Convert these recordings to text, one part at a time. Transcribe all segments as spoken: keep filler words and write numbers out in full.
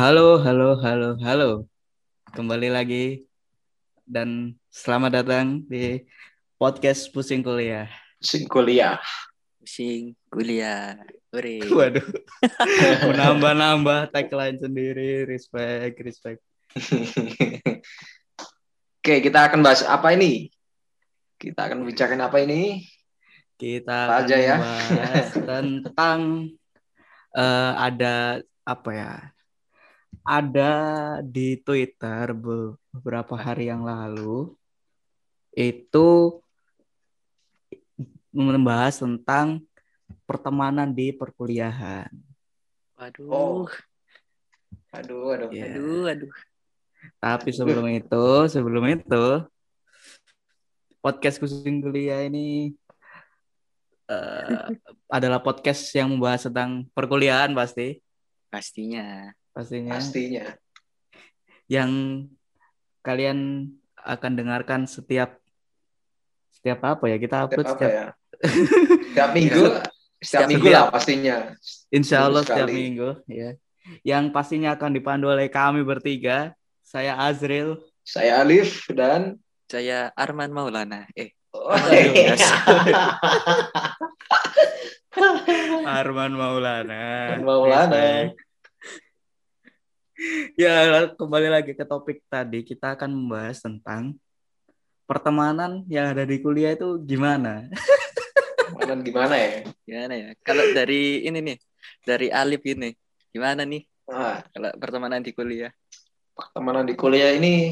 Halo, halo, halo, halo. Kembali lagi dan selamat datang di podcast Pusing Kuliah. Sing kuliah. Pusing kuliah. Hore. Waduh, menambah-nambah tagline sendiri. Respect, respect. Oke, kita akan bahas apa ini? Kita akan bicarain apa ini? Kita Apa akan aja ya? membahas tentang eh, ada apa ya? Ada di Twitter beberapa hari yang lalu itu membahas tentang pertemanan di perkuliahan. Waduh. Oh. Aduh, aduh. Yeah. Aduh, aduh. Tapi sebelum itu, sebelum itu, podcast Pusing Kuliah ini uh, adalah podcast yang membahas tentang perkuliahan pasti. Pastinya. Pastinya. Pastinya. Yang kalian akan dengarkan setiap setiap apa ya? Kita upload Setiap apa setiap ya? Setiap minggu, setiap, Setiap minggu setiap- lah pastinya. Insya Allah Minggu setiap sekali. minggu, ya. Yang pastinya akan dipandu oleh kami bertiga. Saya Azril. Saya Alif dan Saya Arman Maulana. Eh, oh, Aduh. iya. Arman Maulana. Arman Maulana. Respect. Ya, kembali lagi ke topik tadi. Kita akan membahas tentang pertemanan yang ada di kuliah itu gimana? Pertemanan gimana ya? gimana ya? Kalau dari ini nih, dari Alif ini, gimana nih Nah, kalau pertemanan di kuliah? pertemanan di kuliah ini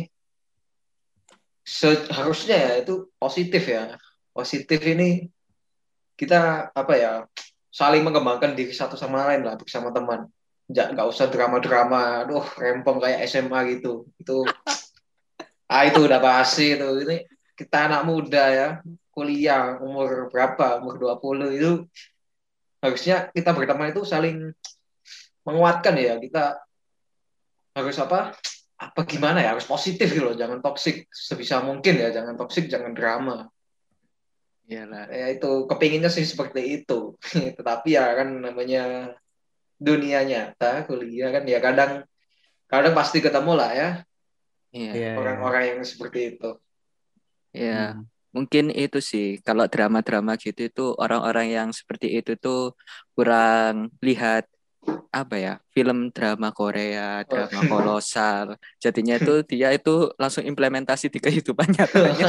seharusnya ya itu positif ya. Positif ini kita apa ya, saling mengembangkan diri satu sama lain lah bersama teman. Nggak, nggak usah drama-drama, aduh rempong kayak S M A gitu. Itu ah itu udah pasti itu. Ini kita anak muda ya, kuliah umur berapa? Umur dua puluh itu harusnya kita berteman itu saling menguatkan ya. Kita harus apa? Apa gimana ya? Harus positif gitu loh, jangan toksik sebisa mungkin ya, jangan toksik, jangan drama. Iyalah. Ya itu kepinginnya sih seperti itu. Tetapi ya kan namanya dunia nyata kuliah kan ya kadang kadang pasti ketemu lah ya Iya. Iya, orang-orang yang seperti itu. Iya. Hmm. Mungkin itu sih, kalau drama-drama gitu itu orang-orang yang seperti itu tuh kurang lihat apa ya, film drama Korea, drama kolosal. Jadinya itu dia itu langsung implementasi di kehidupan nyatanya.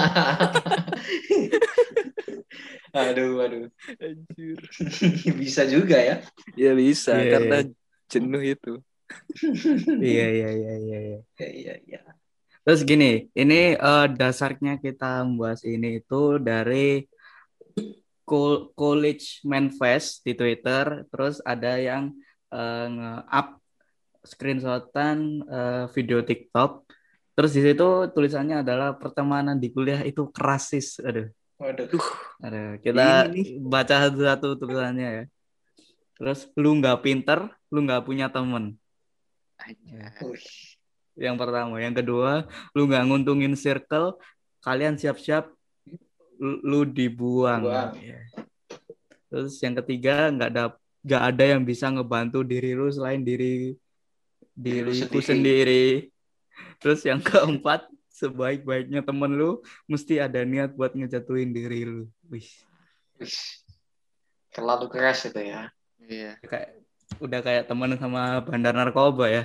Aduh, aduh. Anjir. Bisa juga ya. Ya bisa, Iya, karena iya. jenuh itu. Iya, iya, iya, iya, iya. Ya, iya, iya. Terus gini, ini eh, dasarnya kita membahas ini itu dari Co- College Manfest di Twitter, terus ada yang eh, nge-up screenshotan eh, video TikTok. Terus di situ tulisannya adalah pertemanan di kuliah itu kerasis. Aduh, Waduh. Duh, aduh. Kita ini nih. baca satu-satu tulisannya ya. Terus lu nggak pinter, lu nggak punya temen. Aja. Wih. Yang pertama, yang kedua, lu nggak nguntungin circle, kalian siap-siap lu, lu dibuang. Buang. Ya. Terus yang ketiga, nggak ada nggak ada yang bisa ngebantu diri lu selain diri Diri lu diriku sendiri. sendiri. Terus yang keempat, sebaik-baiknya temen lu mesti ada niat buat ngejatuhin diri lu. Wih, Wih. Terlalu keras itu ya. Iya. kayak udah kayak temen sama bandar narkoba ya.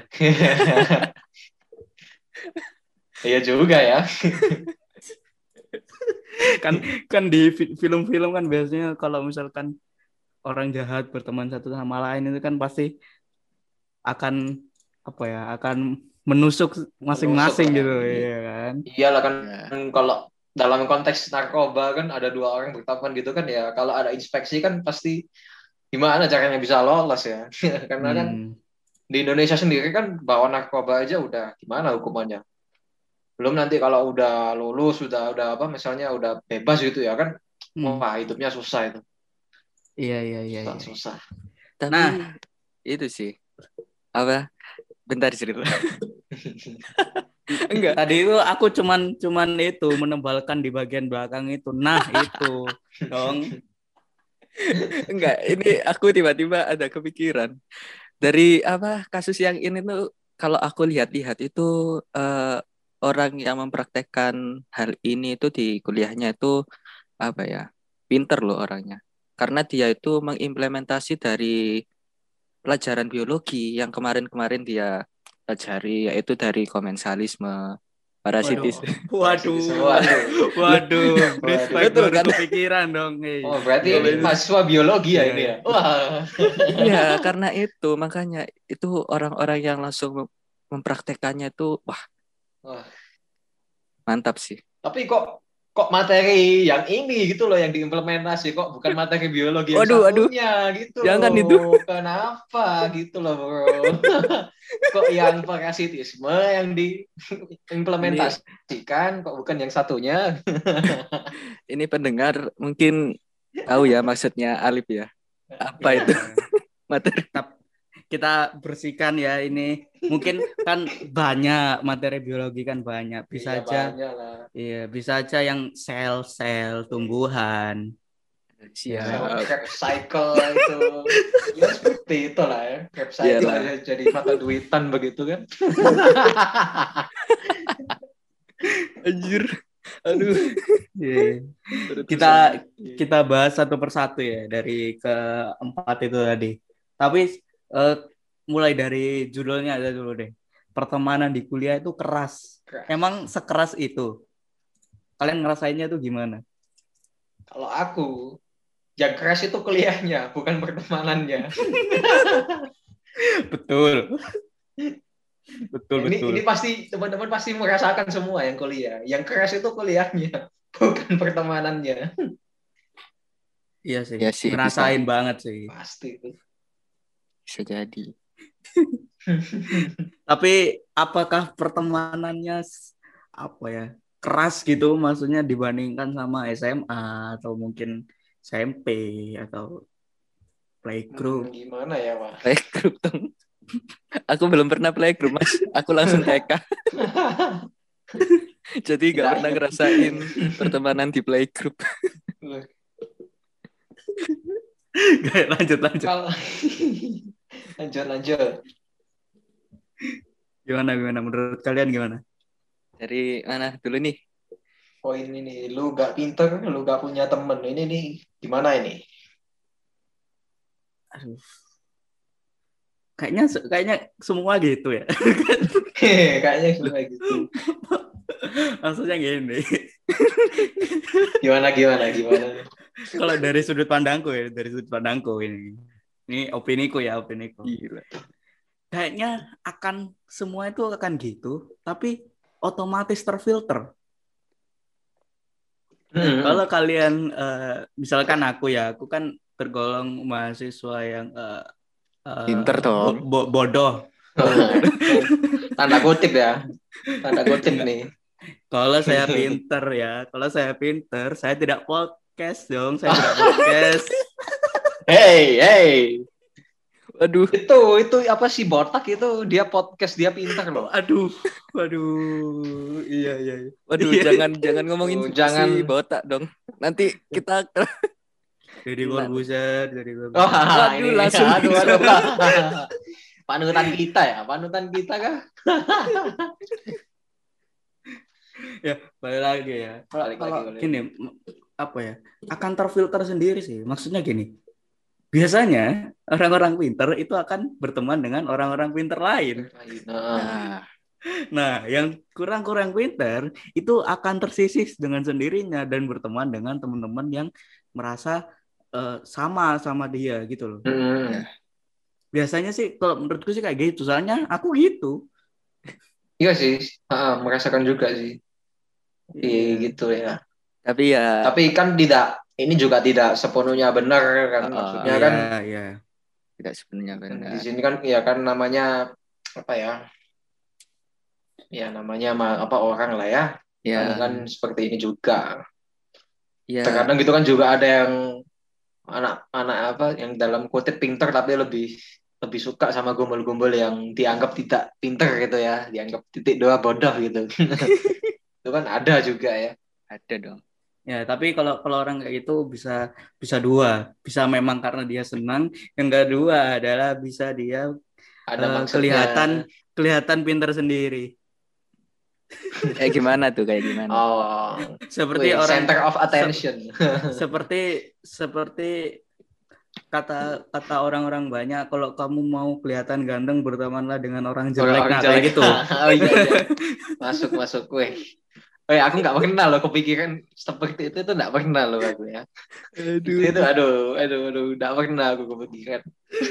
Iya juga ya. kan kan di fi- film-film kan biasanya kalau misalkan orang jahat berteman satu sama lain itu kan pasti akan apa ya, akan menusuk masing-masing Menusuk, gitu kan. ya kan. Iyalah kan Ya. kalau dalam konteks narkoba kan ada dua orang berteman gitu kan ya. Kalau ada inspeksi kan pasti gimana caranya bisa lolos ya. Karena kan Hmm. di Indonesia sendiri kan bawa narkoba aja udah gimana hukumannya. Belum nanti kalau udah lulus, udah udah apa misalnya udah bebas gitu ya kan. Hmm. Wah, hidupnya susah itu. Iya iya iya. Susah, iya. susah. Tapi Nah. itu sih. Apa? Bentar cerita. Enggak. Tadi itu aku cuman cuman itu menebalkan di bagian belakang itu. Nah, itu dong. Enggak, ini aku tiba-tiba ada kepikiran. Dari apa kasus yang ini tuh kalau aku lihat-lihat itu eh, orang yang mempraktekkan hal ini itu di kuliahnya itu apa ya? Pinter loh orangnya. Karena dia itu mengimplementasi dari pelajaran biologi yang kemarin-kemarin dia pelajari, yaitu dari komensalisme, parasitis. Oh, Waduh, semua tuh. waduh, respect Betul baru kan? kepikiran dong. Hey. Oh, berarti ini Biologi. mahasiswa biologi ya Iya, ini iya. ya. Wah. Iya, karena itu makanya itu orang-orang yang langsung mem- mempraktekannya itu wah Wah, mantap sih. tapi kok kok materi yang ini gitu loh yang diimplementasi kok bukan materi biologi yang Waduh, waduh, satunya gitu jangan itu. loh. Kenapa gitu loh, Bro? Kok yang parasitisme yang Ini diimplementasikan kok bukan yang satunya? ini pendengar mungkin tahu ya maksudnya Alif ya. Apa itu Iya. materi? Tap- Kita bersihkan ya ini. Mungkin kan banyak materi biologi kan banyak. Bisa Iya aja, banyak lah. iya, bisa aja yang sel-sel tumbuhan. Ya, Siap. Krebs cycle itu ya seperti itu lah ya. Krebs cycle Iyalah. aja jadi mata duitan begitu kan. Anjir. Aduh. Iya. Terus Kita terusan. kita bahas satu persatu ya dari keempat itu tadi. Tapi eh, mulai dari judulnya aja dulu deh. Pertemanan di kuliah itu keras. Keras. Emang sekeras itu? Kalian ngerasainnya tuh gimana? Kalau aku yang keras itu kuliahnya bukan pertemanannya. Betul. Betul, ini betul. ini pasti teman-teman pasti merasakan semua yang kuliah. Yang keras itu kuliahnya bukan pertemanannya. Iya sih. Ya sih, Ngerasain banget sih. Pasti itu. bisa jadi. Tapi apakah pertemanannya s- apa ya? Keras gitu maksudnya dibandingkan sama S M A atau mungkin S M P atau Hmm, playgroup? gimana ya, Pak? Playgroup dong. Aku belum pernah playgroup, Mas. Aku langsung T K. Jadi nggak Tidak pernah ingat. ngerasain pertemanan di playgroup. Gak, lanjut lanjut. Kalau lanjut lanjut. Gimana gimana menurut kalian gimana? Dari mana dulu nih? Oh ini nih, lu gak pinter, lu gak punya temen. Ini nih, gimana ini? Aduh. Kayaknya kayaknya semua gitu ya. Kayaknya semua gitu. Maksudnya gini. Gimana gimana gimana? Kalau dari sudut pandangku ya, dari sudut pandangku ini. Ini opiniku ya, opiniku. Gila. Kayaknya akan semua itu akan gitu, tapi otomatis terfilter. Hmm. Kalau kalian eh, misalkan aku ya, aku kan tergolong mahasiswa yang eh, eh, Pinter dong. bo- bo- bodoh. Tanda kutip ya, tanda kutip nih. Kalau saya pinter ya, kalau saya pinter, saya tidak podcast dong, saya tidak podcast. Hey hey, Waduh, itu itu apa sih botak itu dia podcast dia pinter loh. Aduh, waduh, iya iya. iya. waduh, Iya. jangan jangan ngomongin Oh, jangan. si botak dong. Nanti kita Jadi Gila. Corbuzier, jadi Oh, Corbuzier. Waduh, ini langsung. aduh aduh. Panutan kita ya, panutan kita kah? Ya, balik lagi ya. Kalau Balik kalau lagi, balik. gini, m- apa ya? Akan terfilter sendiri sih. Maksudnya gini. Biasanya orang-orang pinter itu akan berteman dengan orang-orang pinter lain. Nah, Nah, Nah, yang kurang-kurang pinter itu akan tersisih dengan sendirinya dan berteman dengan teman-teman yang merasa eh, sama sama dia gitu loh. hmm. Biasanya sih kalau menurutku sih kayak gitu. Soalnya aku gitu. Iya sih, ah, merasakan juga sih. Iya, gitu ya. tapi ya Tapi kan tidak, ini juga tidak sepenuhnya benar kan, Uh-uh. maksudnya Iya, kan iya. tidak sebenarnya di benar. sini kan ya kan namanya apa ya? Ya namanya ma- apa orang lah ya. Ya, Kan, kan seperti ini juga. ya, Terkadang gitu kan juga ada yang anak-anak apa yang dalam kutip pinter tapi lebih lebih suka sama gombol-gombol yang dianggap tidak pinter gitu ya, dianggap titik dua bodoh gitu. Itu kan ada juga ya. ada dong. Ya, tapi kalau kalau orang kayak gitu bisa bisa dua, bisa memang karena dia senang. Yang kedua adalah bisa dia Ada eh, maksudnya. kelihatan kelihatan pintar sendiri. Kayak gimana tuh? Kayak gimana? Oh, Seperti wih, orang center of se- attention. seperti seperti kata kata orang-orang banyak, kalau kamu mau kelihatan ganteng bertemanlah dengan orang jelek. Orang-orang Nah, jelek. kayak gitu. Oh iya iya. Masuk masuk weh. Weh, aku nggak pernah loh kepikiran seperti itu tuh nggak pernah loh aku ya. Itu itu aduh aduh aduh nggak pernah aku kepikiran.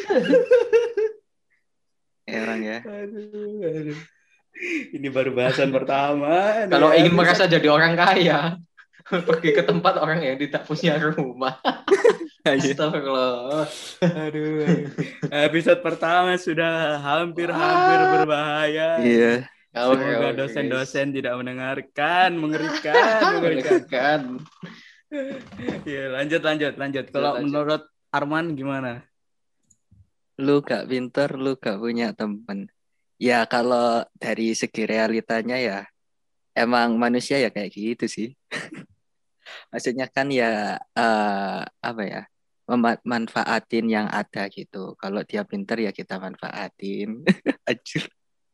Ya orang ya. Aduh, aduh. Ini baru bahasan pertama. nih Kalau ya, ingin bisa- merasa jadi orang kaya, pergi ke tempat orang yang tidak punya rumah. Astagfirullah. Aduh, aduh. Episode pertama sudah hampir-hampir berbahaya. Iya. Semoga Oke, oke, dosen-dosen tidak mendengarkan, mengerikan, mengerikan. Kan. Ya, lanjut, lanjut, lanjut. Kalau lanjut. menurut Arman gimana? Lu gak pinter, lu gak punya temen. Ya kalau dari segi realitanya ya emang manusia ya kayak gitu sih. Maksudnya kan ya eh, apa ya, memanfaatin yang ada gitu. Kalau dia pinter ya kita manfaatin. Anjir.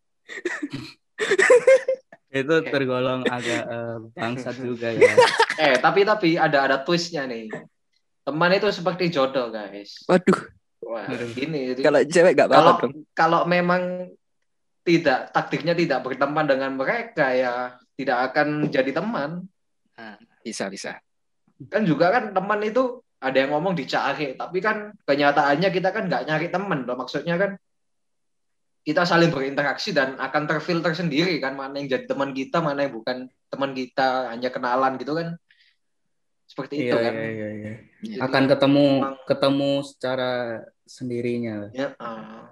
Itu tergolong agak eh, bangsat juga ya. Eh, tapi tapi ada ada twistnya nih. Teman itu seperti jodoh, guys. Waduh, Wah, Aduh. gini. jadi kalau cewek gak apa-apa kalau dong. kalau memang tidak takdirnya tidak berteman dengan mereka ya tidak akan jadi teman. Nah, bisa bisa. Kan juga kan teman itu ada yang ngomong dicari, tapi kan kenyataannya kita kan nggak nyari teman loh. Maksudnya kan kita saling berinteraksi dan akan terfilter sendiri kan mana yang jadi teman kita, mana yang bukan teman kita, hanya kenalan gitu kan. Seperti itu Iya, kan. iya, iya, iya. Jadi Akan ketemu memang- ketemu secara sendirinya. ya, ah,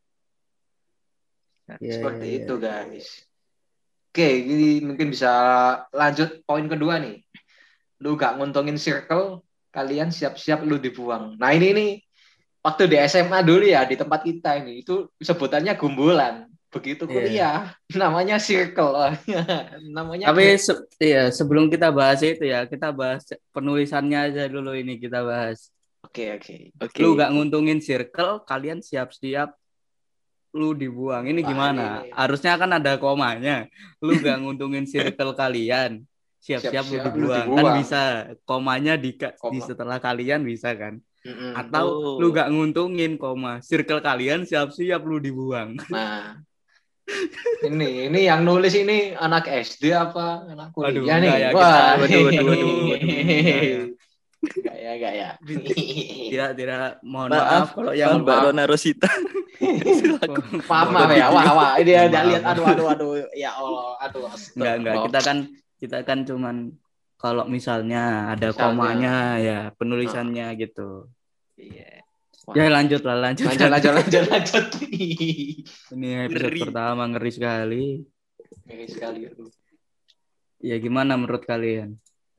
Iya, seperti iya, itu iya. guys. Oke, ini mungkin bisa lanjut poin kedua nih. Lu gak nguntungin circle, kalian siap-siap lu dibuang. Nah ini nih, waktu di S M A dulu ya, di tempat kita ini, itu sebutannya gumbulan. Begitu Iya. kuliah, namanya circle. Namanya Tapi se- iya, sebelum kita bahas itu ya, kita bahas penulisannya aja dulu ini kita bahas. Oke, oke. Oke. Lu gak nguntungin circle, kalian siap-siap lu dibuang. Ini Wah, gimana? ini- Harusnya kan ada komanya. Lu gak nguntungin circle kalian, siap-siap lu Siap-siap lu dibuang. Kan dibuang. bisa komanya di, di Koma. setelah kalian bisa kan? Mm-mm. Atau Oh. lu gak nguntungin koma, circle kalian siap-siap lu dibuang. Nah, ini ini yang nulis ini anak S D apa anak Waduh, kuliah nih? enggak ya, Wah, kita- waduh, waduh, waduh, waduh, enggak ya. Enggak ya, enggak ya. Tidak, tidak. Mohon Maaf, maaf, kalau yang Mbak maaf. Rona Rosita. Maaf, maaf ya. Wah, wah, ini Mohon ada maaf. lihat aduh aduh aduh ya Allah, aduh. Enggak, enggak. astagfirullah. Kita kan kita kan cuman kalau misalnya ada Misalnya. komanya ya penulisannya gitu. Iya. Ya lanjut lah, lanjut. Lanjut lanjut lanjut lanjut. Ini episode Ngeri. pertama ngeri sekali. Ngeri sekali aduh. Ya gimana menurut kalian?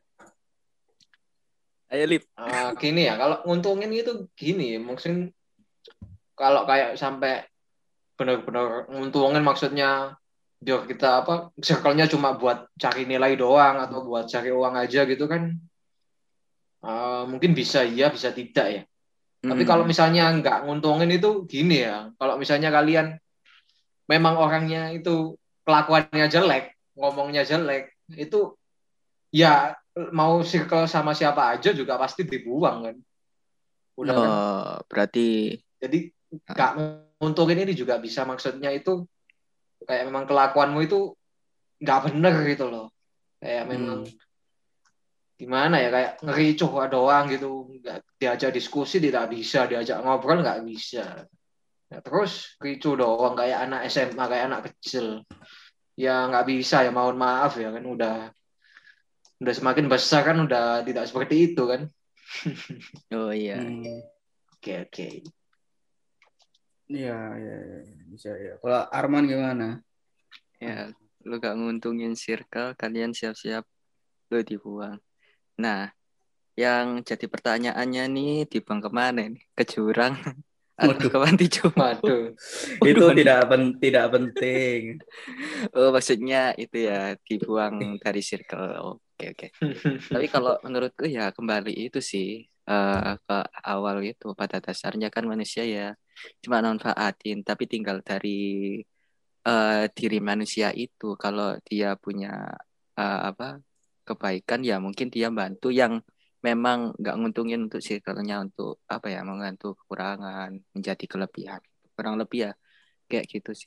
Ayo Lip. Ah, gini ya, kalau nguntungin itu gini, maksudnya kalau kayak sampai benar-benar nguntungin maksudnya biar kita apa circle-nya cuma buat cari nilai doang atau buat cari uang aja gitu kan. Ah, mungkin bisa iya, bisa tidak ya. Tapi Hmm. kalau misalnya nggak nguntungin itu gini ya, kalau misalnya kalian memang orangnya itu kelakuannya jelek, ngomongnya jelek, itu ya mau circle sama siapa aja juga pasti dibuang kan. Udah kan? Oh, berarti Jadi nggak nguntungin ini juga bisa maksudnya itu kayak memang kelakuanmu itu nggak bener gitu loh. Kayak memang Hmm. gimana ya kayak ngericuh doang gitu, nggak diajak diskusi tidak bisa, diajak ngobrol nggak bisa. Nah, terus ricu doang kayak anak S M A, kayak anak kecil. Ya nggak bisa ya, mohon maaf ya kan udah udah semakin besar kan udah tidak seperti itu kan. oh iya. Hmm. Oke oke. Iya, iya, iya, bisa ya. Kalau Arman gimana? Ya, lu gak nguntungin circle, kalian siap-siap lu dibuang. Nah, yang jadi pertanyaannya nih, dibuang kemana nih? Ke jurang atau Waduh. ke panti jompo? Waduh. Itu Waduh. tidak pen- tidak penting. Oh, maksudnya itu ya, dibuang dari circle. Oke, oke. Tapi kalau menurutku ya kembali itu sih eh, ke awal itu. Pada dasarnya kan manusia ya cuma manfaatin, tapi tinggal dari uh, diri manusia itu. Kalau dia punya uh, apa kebaikan, ya mungkin dia bantu yang memang nggak nguntungin untuk circle-nya, untuk apa ya, membantu kekurangan menjadi kelebihan. Kurang lebih ya kayak gitu sih.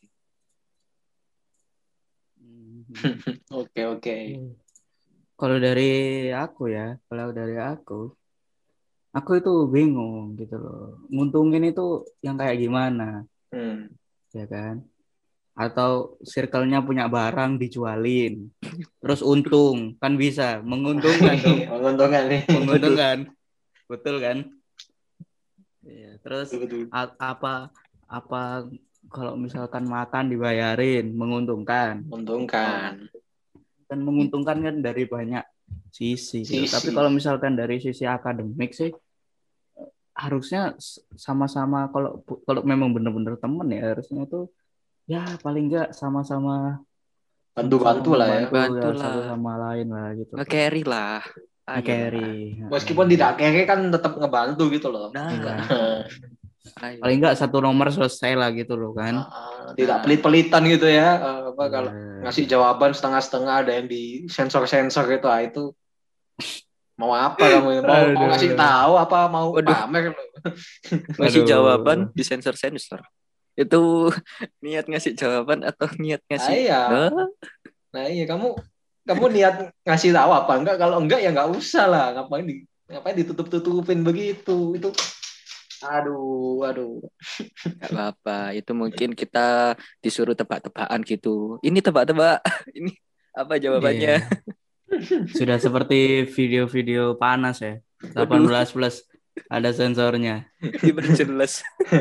Oke oke. Kalau dari aku ya, kalau dari aku, aku itu bingung gitu loh. Nguntungin itu yang kayak gimana, Hmm. ya kan? Atau circle-nya punya barang dijualin, terus untung kan bisa menguntungkan dong, Menguntungkan nih. menguntungkan, betul kan? Iya, terus Betul. a- apa apa kalau misalkan makan dibayarin menguntungkan, Menguntungkan. kan menguntungkan kan dari banyak sisi gitu. Tapi Sisi. kalau misalkan dari sisi akademik sih harusnya s- sama-sama, kalau kalau memang benar-benar temen ya harusnya tuh ya paling enggak sama-sama sama-sama Bantu-bantu lah ya. membantu ya Bantulah, satu sama lain lah gitu. nge-carry lah. Ayolah. Nge-carry. Meskipun tidak kere kan tetap ngebantu gitu loh. Nah, Ngebantu. ayo. Paling enggak satu nomor selesai lah gitu loh kan. Uh, tidak Nah. pelit-pelitan gitu ya. Uh, apa Iya. kalau ngasih jawaban setengah-setengah ada yang di sensor-sensor gitu, ah, itu mau apa kamu? Mau mau Aduh. ngasih tahu apa mau Waduh. pamer? Ngasih Aduh. jawaban di sensor-sensor. Itu niat ngasih jawaban atau niat Nah, ngasih? iya. Nah, Nah iya kamu kamu niat ngasih tahu apa enggak? Kalau enggak ya enggak usah lah. Ngapain di ngapain ditutup-tutupin begitu? Itu aduh aduh. nggak apa-apa. Itu mungkin kita disuruh tebak-tebakan gitu. Ini tebak-tebak. Ini apa jawabannya? Iya. Sudah seperti video-video panas ya. delapan belas plus ada sensornya. Diperjelas.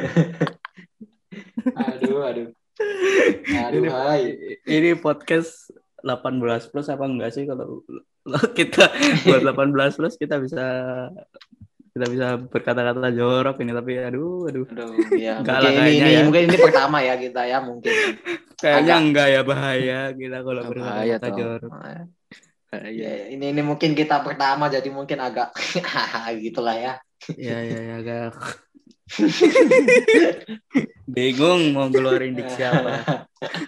Aduh aduh. Aduh Ini, hai. ini podcast delapan belas plus apa enggak sih kalau kita buat delapan belas plus kita bisa kita bisa berkata-kata jorok ini, tapi aduh aduh. Aduh ya Enggak mungkin lah ini kayaknya ini ya. mungkin ini pertama ya kita ya mungkin. Kayaknya Agak enggak ya, bahaya kita kalau Ah, bahaya berkata-kata toh. jorok. Bahaya. Ya, ini ini mungkin kita pertama jadi mungkin agak gitulah ya. Ya ya ya agak bingung mau ngeluarin diksi apa.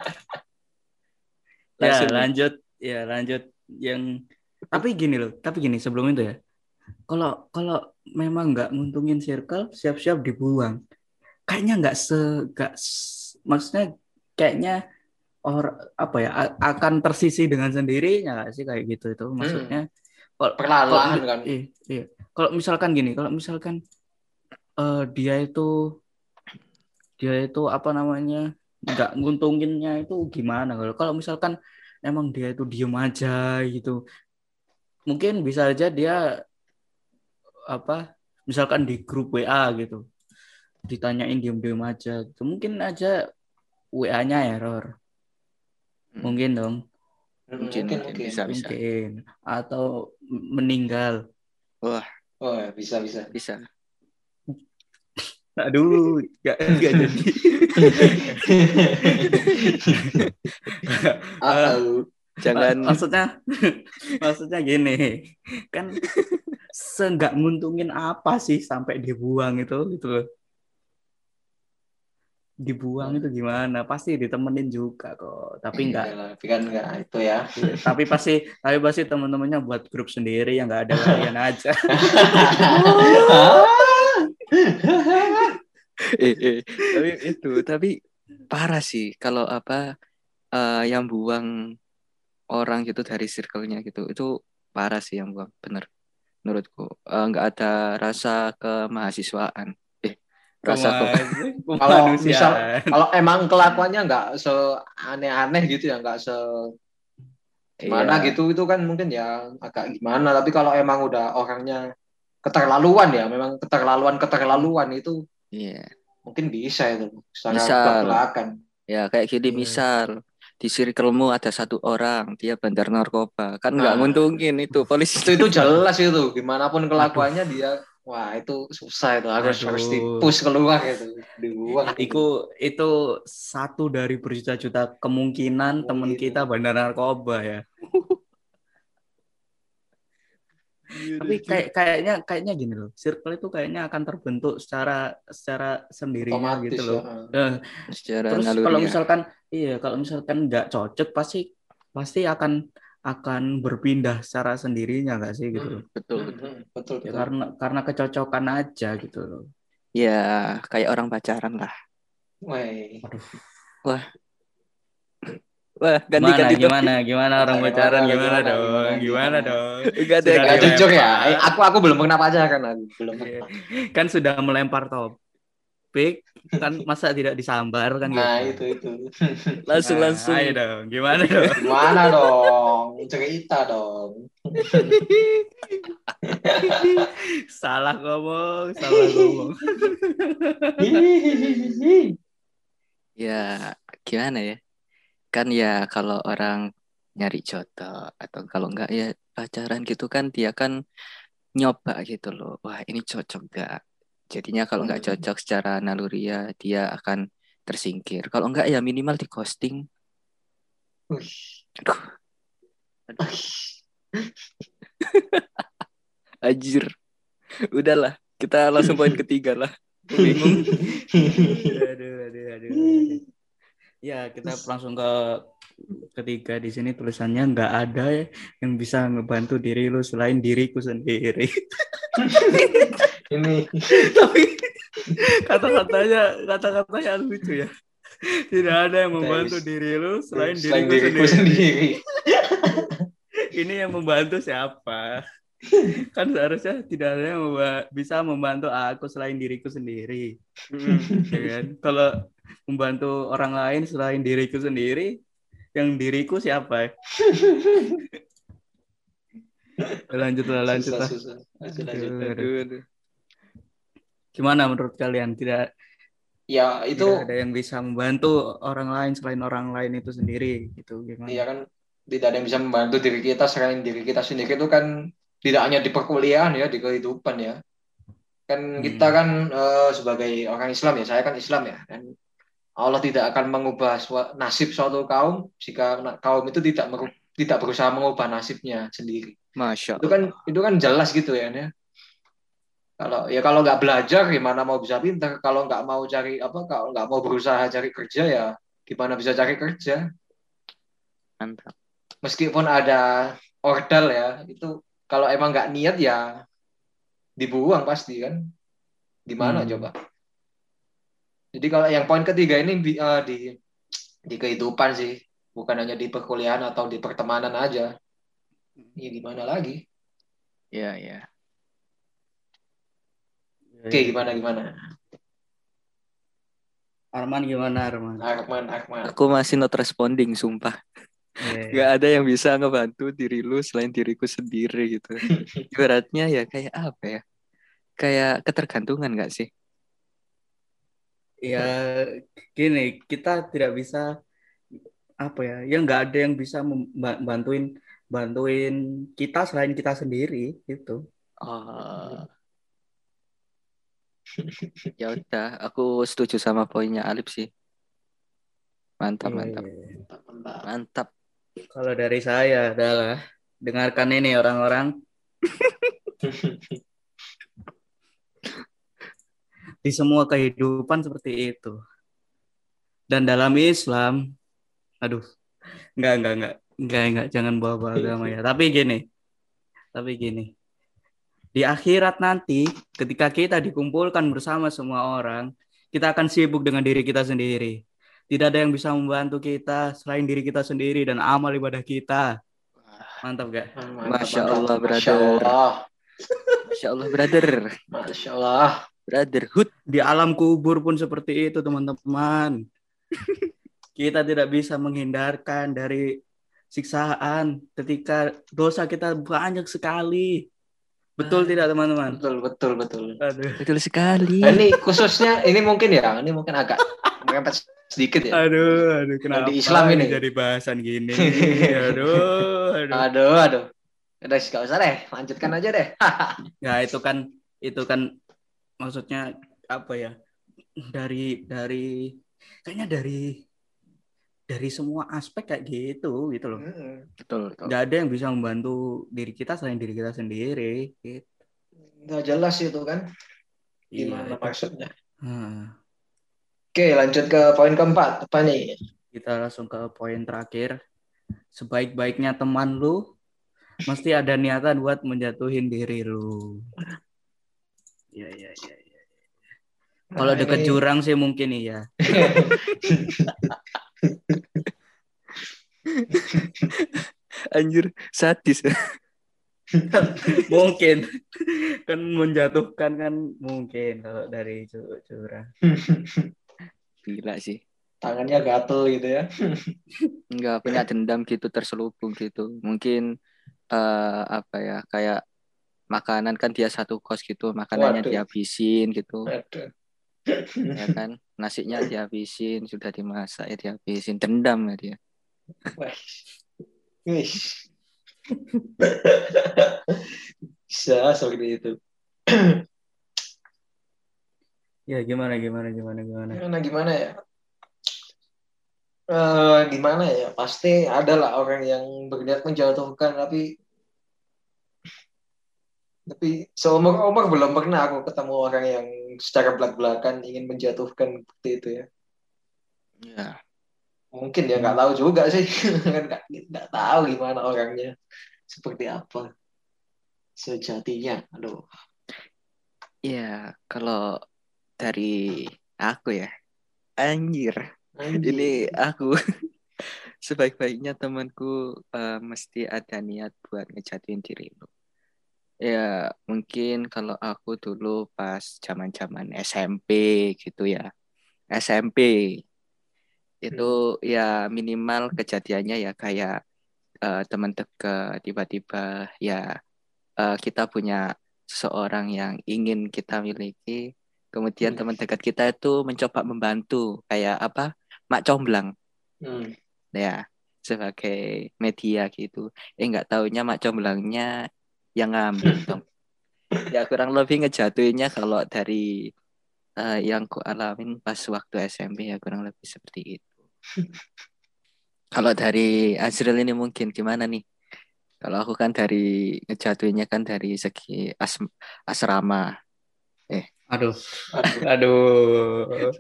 Ya Langsung nih. lanjut ya lanjut yang tapi gini loh, tapi gini sebelum itu ya. Kalau kalau memang nggak nguntungin circle, siap-siap dibuang. Kayaknya nggak se nggak s- maksudnya kayaknya or apa ya a- akan tersisih dengan sendirinya nggak sih kayak gitu itu maksudnya. Kalau kalau Perlahan kan. iya, iya. Kalau misalkan gini, kalau misalkan eh, dia itu dia itu apa namanya nggak nguntunginnya itu gimana kalau kalau misalkan emang dia itu diem aja gitu, mungkin bisa aja dia apa misalkan di grup W A gitu ditanyain diem-diem aja gitu. Mungkin aja W A-nya error, Hmm. mungkin dong, Mungkin, mungkin mungkin, mungkin. bisa, bisa. mungkin atau meninggal. Wah, Oh ya, bisa bisa. bisa. Aduh, nggak nggak jadi. Eh, Uh-oh. Jangan maksudnya maksudnya gini kan, seenggak nguntungin apa sih sampai dibuang itu gitu loh. Dibuang itu gimana, pasti ditemenin juga kok, tapi enggak. Enggak lah, tapi kan enggak itu ya. Iya, tapi pasti tapi pasti teman-temannya buat grup sendiri yang enggak ada kalian aja. eh, eh. Tapi itu, tapi parah sih kalau apa eh, yang buang orang gitu dari circle-nya gitu. Itu parah sih yang buang, bener. Menurutku Eh, nggak ada rasa kemahasiswaan. Eh, rasa ke Kalau misal Kemanusiaan. kalau emang kelakuannya nggak seaneh-aneh gitu ya, nggak se gimana Iya. gitu, itu kan mungkin ya agak gimana. Tapi kalau emang udah orangnya keterlaluan ya, memang keterlaluan keterlaluan itu Iya. mungkin bisa itu secara Misal, belak-belakan. ya kayak gini, Iya. misal di circlemu ada satu orang dia bandar narkoba, kan nggak Nah, nguntungin itu polisi. itu itu jelas itu, gimana pun kelakuannya dia, wah itu susah itu, harus harus Aduh. dipus keluar itu, dibuang. Iku itu satu dari berjuta-juta kemungkinan teman Mungkin. kita bandar narkoba ya. Tapi kayak kayaknya kayaknya gini loh, circle itu kayaknya akan terbentuk secara secara sendirinya Otomatis gitu ya. loh. Nah, Secara terus naluri kalau ya. misalkan iya kalau misalkan nggak cocok pasti pasti akan akan berpindah secara sendirinya nggak sih gitu loh. Hmm, Betul, hmm, betul. hmm, betul Ya betul. karena karena kecocokan aja gitu loh. Ya, kayak orang pacaran lah. Woi, Aduh. Wah, wah, Gimana ganti-ganti dong. gimana gimana orang gimana pacaran ada gimana gimana gimana dong? Andi, Gimana gimana? dong? Enggak ada Sudah yang Nah, ganti. jujur ya, eh, dilempar. aku aku belum pernah pacaran aku belum. Iya. Kan sudah melempar topik kan masa tidak disambar kan Nah gitu. itu itu. Langsung Nah, langsung. ayo dong. Gimana dong? Gimana dong? Cerita dong. Salah ngomong, salah ngomong. Ya, gimana ya? Kan ya kalau orang nyari jodoh atau kalau enggak ya pacaran gitu kan dia kan nyoba gitu loh. Wah, ini cocok enggak? Jadinya kalau enggak cocok secara naluri ya dia akan tersingkir. Kalau enggak ya minimal di ghosting. Aduh, aduh, anjir. Udahlah, kita langsung poin ketiga lah. Bingung. aduh, aduh, aduh, aduh. Ya, kita langsung ke ketiga di sini tulisannya nggak ada yang bisa ngebantu diri lu selain diriku sendiri. Ini Tapi kata-katanya kata-katanya lucu ya. Tidak ada yang membantu diri lu selain, selain diriku, diriku sendiri. sendiri. Ini yang membantu siapa? Kan seharusnya tidak ada yang memba- bisa membantu aku selain diriku sendiri. Hmm. Ya kan? Kalau membantu orang lain selain diriku sendiri, yang diriku siapa? Lanjut lah, lanjut Susah lah. susah. Lanjut, lanjut. Aduh, aduh. Aduh, aduh. Gimana menurut kalian? Tidak Ya itu tidak ada yang bisa membantu orang lain selain orang lain itu sendiri gitu gimana? iya kan tidak ada yang bisa membantu diri kita selain diri kita sendiri itu kan tidak hanya di perkuliahan ya di kehidupan ya. Kan kita Hmm. kan eh, sebagai orang Islam ya, saya kan Islam ya. Dan Allah tidak akan mengubah sua- nasib suatu kaum jika na- kaum itu tidak meru- tidak berusaha mengubah nasibnya sendiri. Masya Itu kan Allah. itu kan jelas gitu ya, ya. Kalau ya kalau nggak belajar gimana mau bisa pintar? Kalau nggak mau cari apa? Kalau nggak mau berusaha cari kerja ya gimana bisa cari kerja? Mantap. Meskipun ada ordal ya, itu kalau emang nggak niat ya dibuang pasti kan. Gimana Hmm. coba? Jadi kalau yang poin ketiga ini bi- eh, di di kehidupan sih, bukan hanya di perkuliahan atau di pertemanan aja. Ini gimana lagi? Ya, ya. Oke, gimana gimana? Arman gimana Arman? Arman, Arman. Aku masih not responding, sumpah. Yeah. Gak ada yang bisa ngebantu diri lu selain diriku sendiri gitu. Ibaratnya ya kayak apa ya? Kayak ketergantungan gak sih? Ya gini, kita tidak bisa apa ya? Ya nggak ada yang bisa membantuin bantuin kita selain kita sendiri gitu. Oh. Ya udah, aku setuju sama poinnya Alip sih. Mantap, Yeah, mantap. yeah, yeah. Mantap. Kalau dari saya adalah dengarkan ini orang-orang. Di semua kehidupan seperti itu. Dan dalam Islam, aduh, enggak, enggak, enggak, enggak, enggak, jangan bawa-bawa agama ya. Tapi gini, tapi gini, di akhirat nanti, ketika kita dikumpulkan bersama semua orang, kita akan sibuk dengan diri kita sendiri. Tidak ada yang bisa membantu kita selain diri kita sendiri dan amal ibadah kita. Mantap gak? Masya Allah, Masya brother. Allah. Masya Allah, brother. Masya Allah. Brotherhood. Di alam kubur pun seperti itu, teman-teman. Kita tidak bisa menghindarkan dari siksaan ketika dosa kita banyak sekali. Betul tidak, teman-teman? Betul, betul, betul. Aduh. Betul sekali. Nah, ini khususnya, ini mungkin ya, ini mungkin agak merempet sedikit ya. Aduh, aduh, kenapa di Islam ini jadi bahasan gini? Aduh, aduh. Aduh, aduh. Udah, gak usah deh, lanjutkan aja deh. Ya itu kan, itu kan maksudnya apa ya? Dari dari kayaknya dari dari semua aspek kayak gitu gitu loh. Mm-mm. Betul, betul. Nggak ada yang bisa membantu diri kita selain diri kita sendiri gitu. Nggak jelas itu kan gimana Iya itu. maksudnya. Hmm. Oke, lanjut ke poin keempat. Apa nih? Kita langsung ke poin terakhir. Sebaik-baiknya teman lu mesti ada niatan buat menjatuhin diri lu. Iya, iya, iya. Ya. Kalau Nah, deket ini jurang sih mungkin iya. Anjir, sadis. Mungkin kan menjatuhkan kan mungkin kalau dari cu- jurang. Gila sih. tangannya gatel gitu ya. Nggak punya dendam gitu terselubung gitu. Mungkin eh, apa ya, kayak makanan kan dia satu kos gitu, makanannya Waduh, dihabisin gitu. waduh. Ya kan, nasinya dihabisin, sudah dimasak ya dihabisin. Dendam ya dia. Wah, wih. Bisa seperti itu. Ya gimana gimana gimana gimana. Gimana gimana ya? Eh, gimana ya? Pasti ada lah orang yang berniat menjatuhkan, tapi tapi seumur umur belum pernah aku ketemu orang yang secara belak-belakan ingin menjatuhkan seperti itu ya. Ya, Mungkin ya nggak Hmm. tahu juga sih, kan nggak nggak tahu gimana orangnya, seperti apa sejatinya. Aduh, ya kalau dari aku ya, anjir. Ini anjir. aku sebaik-baiknya temanku eh, mesti ada niat buat ngejatuhin diri lu. Ya, mungkin kalau aku dulu pas zaman-zaman S M P gitu ya. S M P itu Hmm. ya minimal kejadiannya ya kayak eh, teman dekat tiba-tiba ya eh, kita punya seseorang yang ingin kita miliki. Kemudian Hmm. teman dekat kita itu mencoba membantu kayak apa? Mak comblang Hmm. ya sebagai media gitu. Eh nggak taunya mak comblangnya yang ngambil dong. Ya kurang lebih ngejatuhinnya kalau dari eh, yang ku alamin pas waktu S M P ya kurang lebih seperti itu. Kalau dari Azril ini mungkin gimana nih? Kalau aku kan dari ngejatuhinnya kan dari segi as asrama. Eh, Aduh, Aduh. aduh,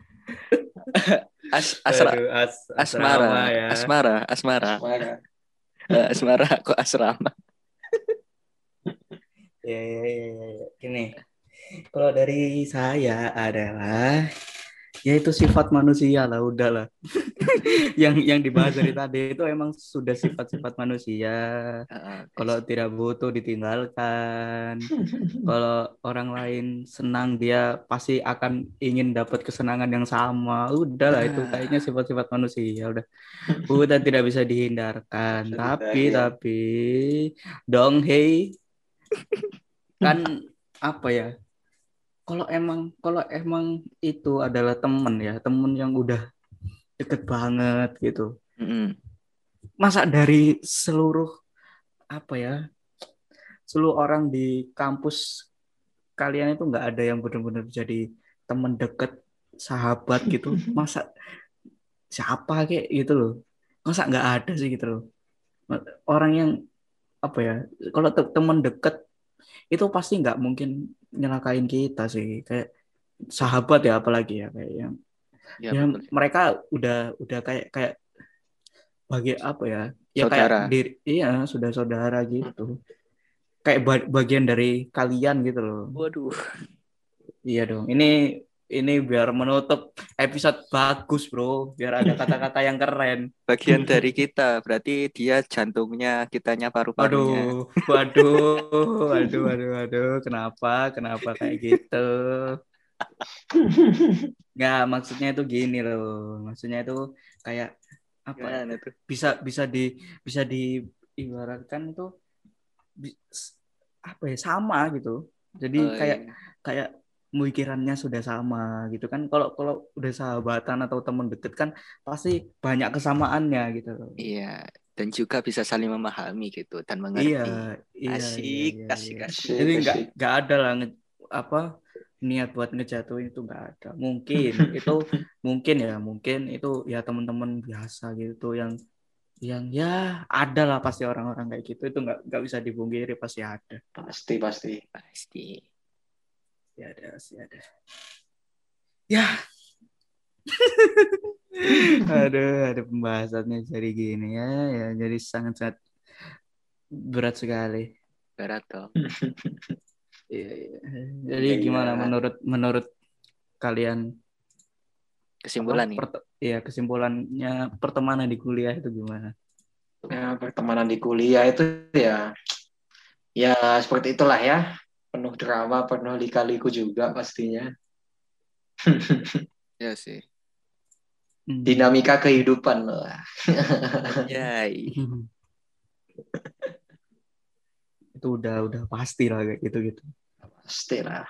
as asra aduh, as asmara, asrama ya. asmara, asmara, Asmara. Eh, asmara kok asrama. Ya, ya, ya, ya, ya. Gini, kalau dari saya adalah ya itu sifat manusia lah, udahlah. yang yang dibahas dari tadi itu emang sudah sifat-sifat manusia. Eh, Kalau tidak butuh ditinggalkan. Kalau orang lain senang dia pasti akan ingin dapat kesenangan yang sama. Udahlah itu kayaknya Nah, sifat-sifat manusia. Udah, udah tidak bisa dihindarkan. Bisa Tapi dihindari ya. tapi dong hey kan apa ya? Kalau emang kalau emang itu adalah temen ya, temen yang udah deket banget gitu. mm-mm. Masa dari seluruh apa ya? Seluruh orang di kampus kalian itu nggak ada yang benar-benar jadi teman deket, sahabat gitu. Masa siapa kayak gitu loh? Masa nggak ada sih gitu loh. Orang yang apa ya? Kalau te- teman deket itu pasti nggak mungkin nyelakain kita sih. Kayak sahabat ya apalagi ya kayak yang Ya ya betul. mereka udah udah kayak kayak bagi apa ya? Ya kayak Saudara. diri iya sudah saudara gitu. Kayak ba- bagian dari kalian gitu loh. Waduh. Iya dong. Ini ini biar menutup episode bagus, Bro. Biar ada kata-kata yang keren. Bagian dari kita, berarti dia jantungnya, kitanya Waduh, paru-parunya. waduh, waduh, waduh, waduh. Kenapa? Kenapa kayak gitu? Nggak, maksudnya itu gini loh. Maksudnya itu kayak apa ya? Gimana tuh? Bisa bisa di bisa diibaratkan itu bi- apa ya? Sama gitu. Jadi Oh kayak iya. kayak pemikirannya sudah sama gitu kan. Kalau kalau udah sahabatan atau teman deket kan pasti banyak kesamaannya gitu loh. Iya, dan juga bisa saling memahami gitu dan Iya, mengerti. iya, iya, Asik, iya, iya. asik, asik. Jadi Asik, nggak asik. nggak ada lah nge- apa niat buat ngejatuhin itu nggak ada. Mungkin itu mungkin ya mungkin itu ya teman-teman biasa gitu yang yang ya ada lah pasti orang-orang kayak gitu, itu nggak nggak bisa dipungkiri, pasti ada. Pasti pasti. Pasti. Ya ada sih ada. Ya. Aduh, ada pembahasannya jadi gini ya, ya jadi sangat-sangat berat sekali. Berat dong. Iya, iya. Jadi Iya, gimana iya. menurut menurut kalian Kesimpulan apa, nih. pert- ya kesimpulannya pertemanan di kuliah itu gimana? Ya, pertemanan di kuliah itu ya ya seperti itulah ya. Penuh drama, penuh lika-liku juga pastinya. Ya sih. Hmm. Dinamika kehidupan loh. Yay. Itu udah udah pasti lah kayak gitu-gitu. Pastilah.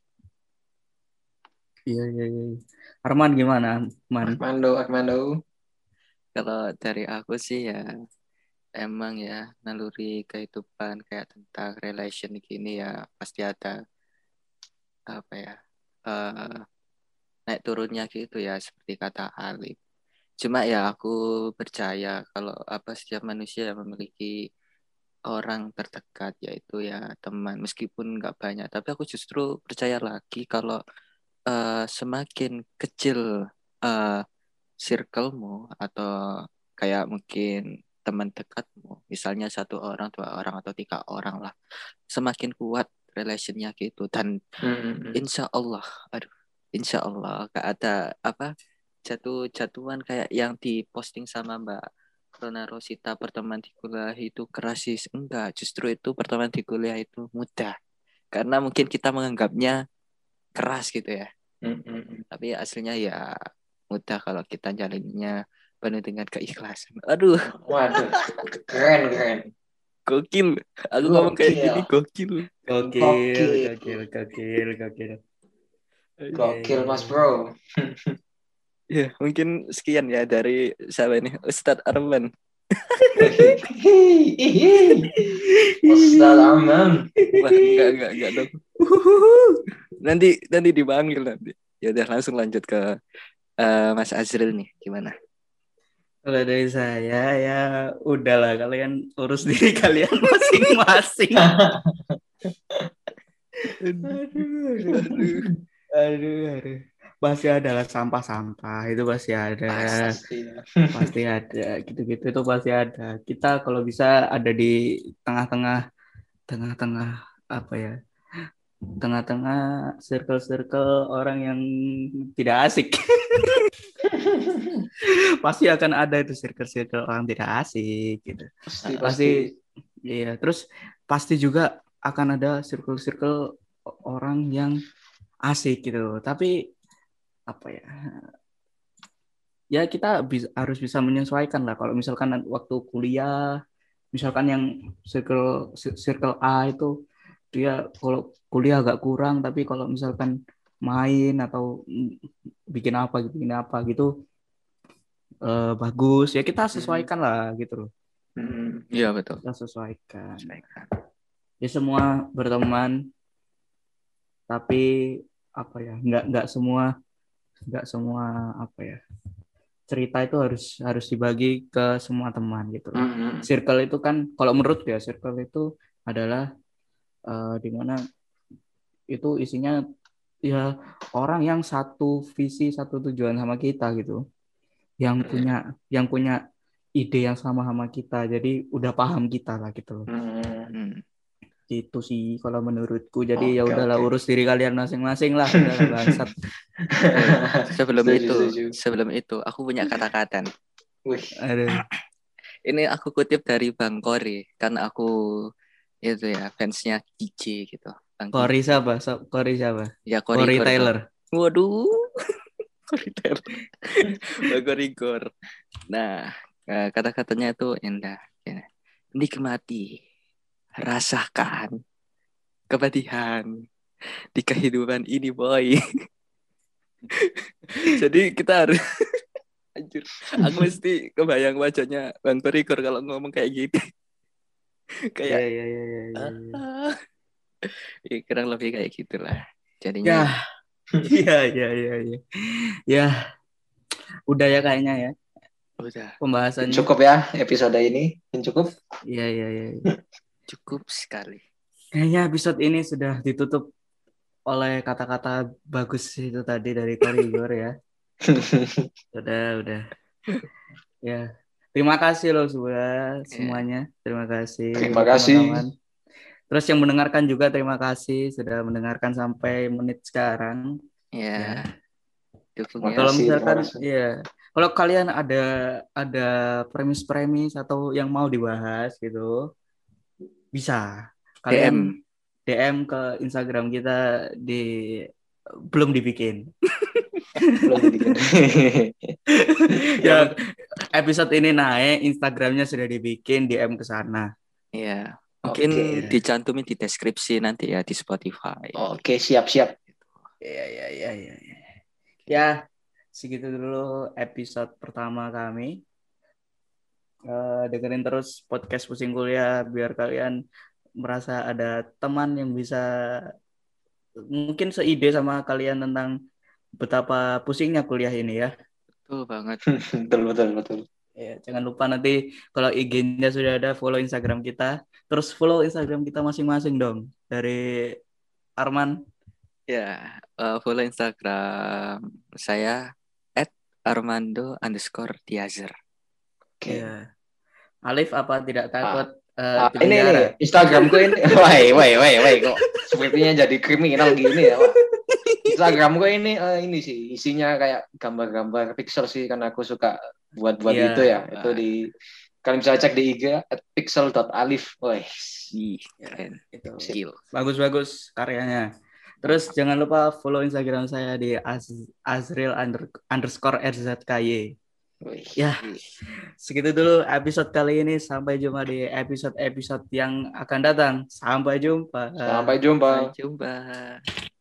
Iya, iya, iya. Arman gimana, Man? Armando, Armando. Kalau dari aku sih ya emang ya naluri kehidupan kayak tentang relation gini ya pasti ada apa ya eh, naik turunnya gitu ya seperti kata Alif. Cuma ya aku percaya kalau apa setiap manusia memiliki orang terdekat yaitu ya teman meskipun nggak banyak tapi aku justru percaya lagi kalau eh, semakin kecil eh, circlemu atau kayak mungkin teman dekatmu misalnya satu orang dua orang atau tiga orang lah semakin kuat relationnya gitu dan Hmm. insya Allah aduh insya Allah gak ada apa jatuh-jatuhan kayak yang diposting sama Mbak Rona Rosita pertemuan di kuliah itu keras sih enggak justru itu pertemuan di kuliah itu mudah karena mungkin kita menganggapnya keras gitu ya Hmm, hmm, hmm. tapi aslinya ya mudah kalau kita jalannya penuh dengan keikhlasan. Aduh, Waduh, keren keren. gokil. Aku ngomong kayak gini Gokil. gokil. Gokil, Gokil. gokil, gokil, gokil. Gokil Iya, Mas iya, Bro. Ya, mungkin sekian ya dari siapa ini? Ustadz Arman. Ustaz Amam. Wah, enggak, enggak, enggak dong. Nanti nanti dipanggil nanti. Ya udah langsung lanjut ke eh, Mas Azril nih. Gimana? Kalau dari saya ya udahlah, kalian urus diri kalian masing-masing. Aduh, aduh, Aduh. aduh, aduh. Pasti ada lah sampah-sampah, itu pasti ada, Pasti. pasti ada, gitu-gitu itu pasti ada. Kita kalau bisa ada di tengah-tengah, tengah-tengah apa ya, tengah-tengah circle-circle orang yang tidak asik. Pasti akan ada itu circle-circle orang tidak asik, gitu. Pasti Pasti, pasti. iya. Terus pasti juga akan ada circle-circle orang yang asik gitu. Tapi apa ya? Ya kita bisa, harus bisa menyesuaikan lah. Kalau misalkan waktu kuliah, misalkan yang circle circle A itu dia kalau kuliah agak kurang, tapi kalau misalkan main atau bikin apa gitu, bikin apa gitu eh, bagus ya kita sesuaikan lah gitu loh. Hmm. Iya betul. Kita sesuaikan. Baikkan. Ya semua berteman, tapi apa ya? Nggak nggak semua nggak semua apa ya? Cerita itu harus harus dibagi ke semua teman gitu loh. Hmm. Circle itu kan kalau menurut ya circle itu adalah uh, di mana itu isinya ya orang yang satu visi satu tujuan sama kita gitu, yang punya yang punya ide yang sama sama kita, jadi udah paham kita lah gitu loh. Hmm. Hmm. Gitu sih kalau menurutku. Jadi ya Oke, udahlah oke. urus diri kalian masing-masing lah, udahlah bangsat. Eh, sebelum Setuju, itu, setuju. sebelum itu aku punya kata-kata. Wih. Aduh. Ini aku kutip dari Bang Kori karena aku itu ya fansnya D J gitu. Bang Corey D J. siapa? So, Corey siapa? Ya Kori Corey Gor, Taylor. Bang. Waduh. Kori Taylor. Bang Kori Gor. Nah, eh, kata-katanya itu indah. Ya. Nikmati, rasakan kepedihan di kehidupan ini, boy. Jadi kita harus anjir. Aku mesti kebayang wajahnya Bang Kori Gor kalau ngomong kayak gitu. Iya, Kayak iya, iya, iya, iya. ah, ya, kurang lebih kayak gitulah. Jadinya Ya, ya, Iya, iya, iya, iya. Ya, udah ya kayaknya ya Udah pembahasannya. Cukup ya episode ini. Cukup. Iya, iya, iya. cukup sekali. Kayaknya episode ini sudah ditutup oleh kata-kata bagus itu tadi dari Korigor ya. Udah, udah. Ya. Terima kasih loh sudah semuanya. Terima kasih Terima untuk kasih. teman-teman. Terus yang mendengarkan juga terima kasih sudah mendengarkan sampai menit sekarang. Ya. Ya. Dukung ya. Kalau Terima kasih, misalkan terima kasih. ya, kalau kalian ada ada premis-premis atau yang mau dibahas gitu, bisa. Kalian D M. D M ke Instagram kita di belum dibikin. Belum dibikin. Ya, episode ini naik, Instagramnya sudah dibikin, D M ke sana. Iya. Mungkin Oke. dicantumin di deskripsi nanti ya di Spotify. Oke, siap-siap. Iya, iya, iya, iya. Ya. Ya, segitu dulu episode pertama kami. Uh, dengerin terus podcast Pusing Kuliah biar kalian merasa ada teman yang bisa mungkin seide sama kalian tentang betapa pusingnya kuliah ini ya. Betul banget. betul, betul, betul. Ya, jangan lupa nanti kalau I G-nya sudah ada, follow Instagram kita. Terus follow Instagram kita masing-masing dong. Dari Arman. Ya, uh, follow Instagram saya at Armando underscore Tiazer. Oke. Ya. Alif apa tidak takut Ah, uh, ini ini dipenjara? Instagramku ini. Woi, woi, woi, woi kok sepertinya jadi kriminal gini ya, Pak. Instagramku ini eh, ini sih isinya kayak gambar-gambar pixel sih karena aku suka buat-buat Iya. itu ya. Itu di kalian bisa cek di I G at pixel dot alif. Woi. Ih, Ya, keren. itu. Skill. Bagus-bagus karyanya. Terus jangan lupa follow Instagram saya di Az- Azril under, underscore R Z K Y. Woi. Ya, segitu dulu episode kali ini. Sampai jumpa di episode-episode yang akan datang. Sampai jumpa. Sampai jumpa. Sampai jumpa.